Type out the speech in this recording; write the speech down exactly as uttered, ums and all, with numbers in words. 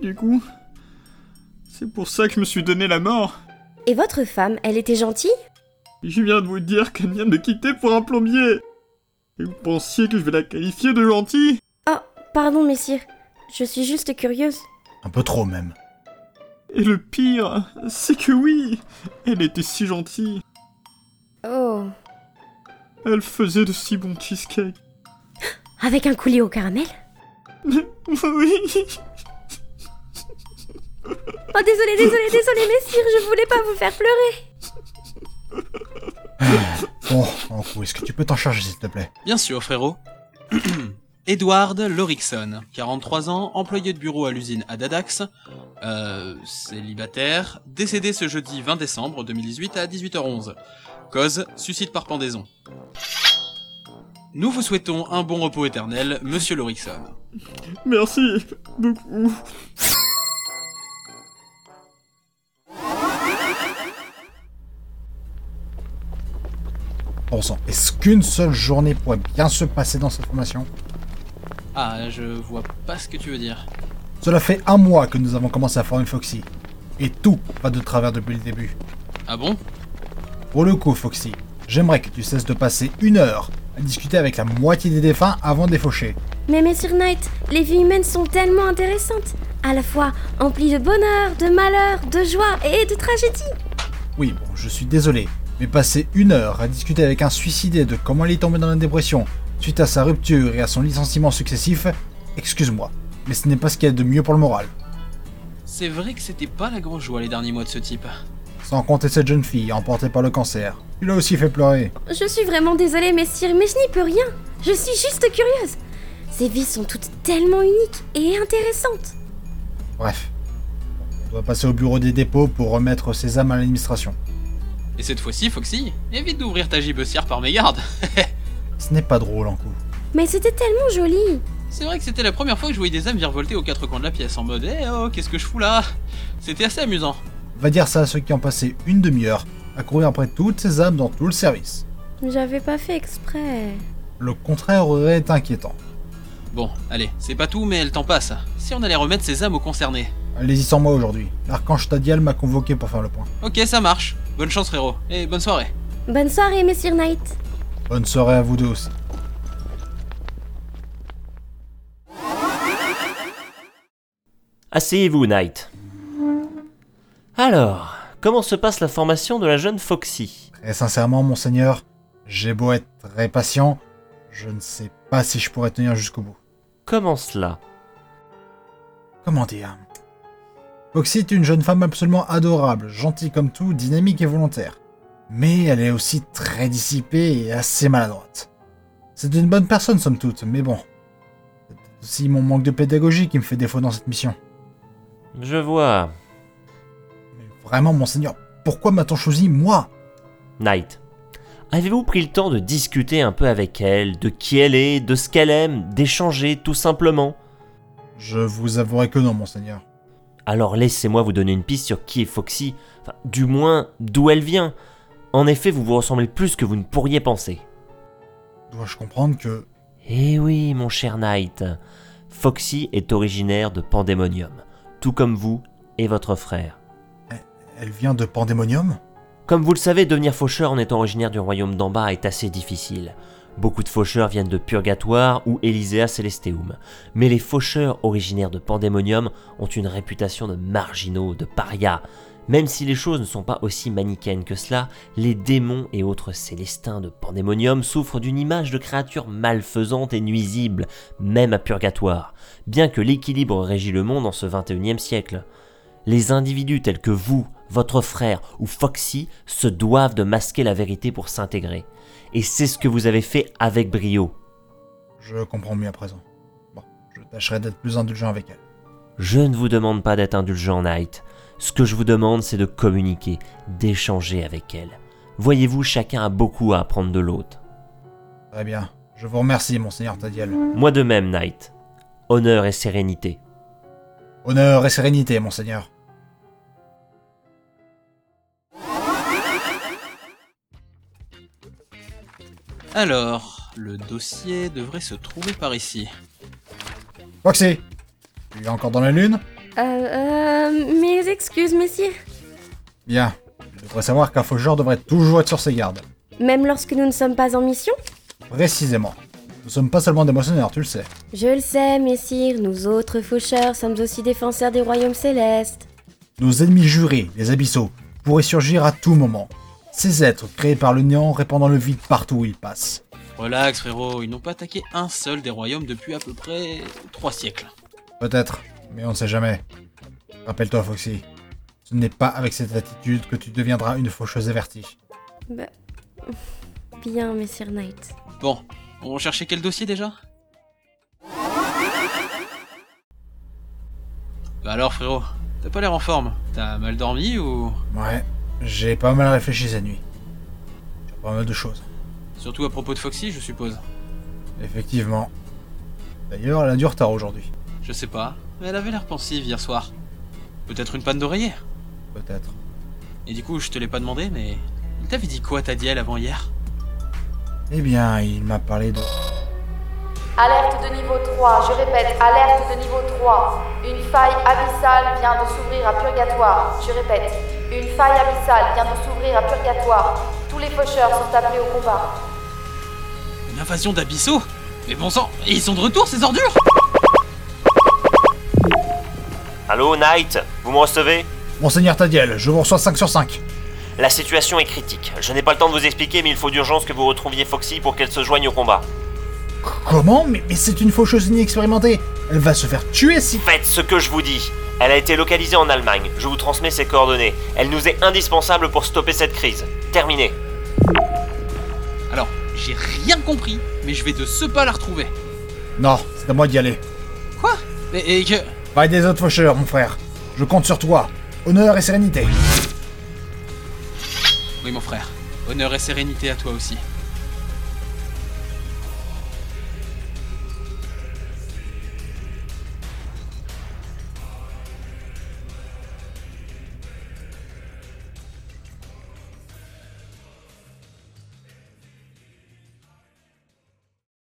du coup. C'est pour ça que je me suis donné la mort. Et votre femme, elle était gentille? Je viens de vous dire qu'elle vient de me quitter pour un plombier. Et vous pensiez que je vais la qualifier de gentille? Oh, pardon messire, je suis juste curieuse. Un peu trop même. Et le pire, c'est que oui, elle était si gentille. Oh. Elle faisait de si bons cheesecakes. Avec un coulis au caramel? Oui. Oh désolé, désolé, désolé messire, je voulais pas vous faire pleurer. Bon, Ankou, est-ce que tu peux t'en charger s'il te plaît? Bien sûr, frérot. Edward Lorixon, quarante-trois ans, employé de bureau à l'usine Adadax, euh, célibataire, décédé ce jeudi vingt décembre deux mille dix-huit à dix-huit heures onze. Cause, suicide par pendaison. Nous vous souhaitons un bon repos éternel, monsieur Lorixon. Merci beaucoup. Bon sang, est-ce qu'une seule journée pourrait bien se passer dans cette formation? Ah, je vois pas ce que tu veux dire. Cela fait un mois que nous avons commencé à former Foxy. Et tout va de travers depuis le début. Ah bon? Pour le coup, Foxy, j'aimerais que tu cesses de passer une heure à discuter avec la moitié des défunts avant de les faucher. Mais messire Knight, les vies humaines sont tellement intéressantes, à la fois emplies de bonheur, de malheur, de joie et de tragédie. Oui, bon, je suis désolé, mais passer une heure à discuter avec un suicidé de comment il est tombé dans la dépression suite à sa rupture et à son licenciement successif, excuse-moi, mais ce n'est pas ce qu'il y a de mieux pour le moral. C'est vrai que c'était pas la grosse joie les derniers mois de ce type. Sans compter cette jeune fille emportée par le cancer. Il l'a aussi fait pleurer. Je suis vraiment désolée messire, mais je n'y peux rien. Je suis juste curieuse. Ces vies sont toutes tellement uniques et intéressantes. Bref, on doit passer au bureau des dépôts pour remettre ses âmes à l'administration. Et cette fois-ci, Foxy, évite d'ouvrir ta gibecière par mégarde. Ce n'est pas drôle en coup. Mais c'était tellement joli. C'est vrai que c'était la première fois que je voyais des âmes virevolter aux quatre coins de la pièce en mode eh oh, qu'est-ce que je fous là? C'était assez amusant. Va dire ça à ceux qui ont passé une demi-heure à courir après toutes ces âmes dans tout le service. J'avais pas fait exprès. Le contraire aurait été inquiétant. Bon, allez, c'est pas tout, mais le temps passe. Si on allait remettre ces âmes aux concernés. Allez-y sans moi aujourd'hui. L'archange Tadiel m'a convoqué pour faire le point. Ok, ça marche. Bonne chance, frérot. Et bonne soirée. Bonne soirée messire Knight. Bonne soirée à vous deux aussi. Asseyez-vous, Knight. Alors, comment se passe la formation de la jeune Foxy? Très sincèrement, monseigneur, j'ai beau être très patient, je ne sais pas si je pourrais tenir jusqu'au bout. Comment cela? Comment dire? Foxy est une jeune femme absolument adorable, gentille comme tout, dynamique et volontaire. Mais elle est aussi très dissipée et assez maladroite. C'est une bonne personne somme toute, mais bon. C'est aussi mon manque de pédagogie qui me fait défaut dans cette mission. Je vois. Mais vraiment, monseigneur, pourquoi m'a-t-on choisi moi? Knight, avez-vous pris le temps de discuter un peu avec elle, de qui elle est, de ce qu'elle aime, d'échanger tout simplement? Je vous avouerai que non, monseigneur. Alors laissez-moi vous donner une piste sur qui est Foxy, enfin, du moins d'où elle vient. En effet, vous vous ressemblez plus que vous ne pourriez penser. Dois-je comprendre que... Eh oui, mon cher Knight, Foxy est originaire de Pandémonium, tout comme vous et votre frère. Elle vient de Pandémonium? Comme vous le savez, devenir faucheur en étant originaire du royaume d'en bas est assez difficile. Beaucoup de faucheurs viennent de Purgatoire ou Elyséa Celesteum, mais les faucheurs originaires de Pandémonium ont une réputation de marginaux, de parias. Même si les choses ne sont pas aussi manichéennes que cela, les démons et autres célestins de Pandémonium souffrent d'une image de créatures malfaisantes et nuisibles, même à Purgatoire, bien que l'équilibre régit le monde en ce vingt et unième siècle. Les individus tels que vous, votre frère ou Foxy se doivent de masquer la vérité pour s'intégrer. Et c'est ce que vous avez fait avec brio. Je comprends mieux à présent. Bon, je tâcherai d'être plus indulgent avec elle. Je ne vous demande pas d'être indulgent, Knight. Ce que je vous demande, c'est de communiquer, d'échanger avec elle. Voyez-vous, chacun a beaucoup à apprendre de l'autre. Très bien. Je vous remercie, monseigneur Tadiel. Moi de même, Knight. Honneur et sérénité. Honneur et sérénité, monseigneur. Alors, le dossier devrait se trouver par ici. Foxy, tu es encore dans la lune? Euh, euh, mes excuses, messire. Bien. Tu devrais savoir qu'un faucheur devrait toujours être sur ses gardes. Même lorsque nous ne sommes pas en mission? Précisément. Nous sommes pas seulement des moissonneurs, tu le sais. Je le sais, messire, nous autres faucheurs sommes aussi défenseurs des royaumes célestes. Nos ennemis jurés, les abyssaux, pourraient surgir à tout moment. Ces êtres créés par le néant répandant le vide partout où ils passent. Relax frérot, ils n'ont pas attaqué un seul des royaumes depuis à peu près trois siècles. Peut-être, mais on ne sait jamais. Rappelle-toi, Foxy, ce n'est pas avec cette attitude que tu deviendras une faucheuse avertie. Bah... Bien, messire Knight. Bon, on cherchait quel dossier déjà? Bah alors frérot, t'as pas l'air en forme. T'as mal dormi ou... Ouais, j'ai pas mal réfléchi cette nuit. Sur pas mal de choses. Surtout à propos de Foxy, je suppose. Effectivement. D'ailleurs, elle a du retard aujourd'hui. Je sais pas, mais elle avait l'air pensive hier soir. Peut-être une panne d'oreiller? Peut-être. Et du coup, je te l'ai pas demandé, mais... Il t'avait dit quoi ta Diel avant hier? Eh bien, il m'a parlé de... Alerte de niveau trois, je répète, alerte de niveau trois. Une faille abyssale vient de s'ouvrir à Purgatoire. Je répète, une faille abyssale vient de s'ouvrir à Purgatoire. Tous les faucheurs sont appelés au combat. Une invasion d'abyssaux? Mais bon sang, et ils sont de retour ces ordures? Allô, Knight? Vous me recevez? Monseigneur Tadiel, je vous reçois cinq sur cinq. La situation est critique. Je n'ai pas le temps de vous expliquer, mais il faut d'urgence que vous retrouviez Foxy pour qu'elle se joigne au combat. Comment? Mais, mais c'est une faucheuse inexpérimentée. Elle va se faire tuer si... Faites ce que je vous dis. Elle a été localisée en Allemagne. Je vous transmets ses coordonnées. Elle nous est indispensable pour stopper cette crise. Terminé. Alors, j'ai rien compris, mais je vais de ce pas la retrouver. Non, c'est à moi d'y aller. Quoi? Mais et que... Va des autres faucheurs, mon frère. Je compte sur toi. Honneur et sérénité. Oui mon frère, honneur et sérénité à toi aussi.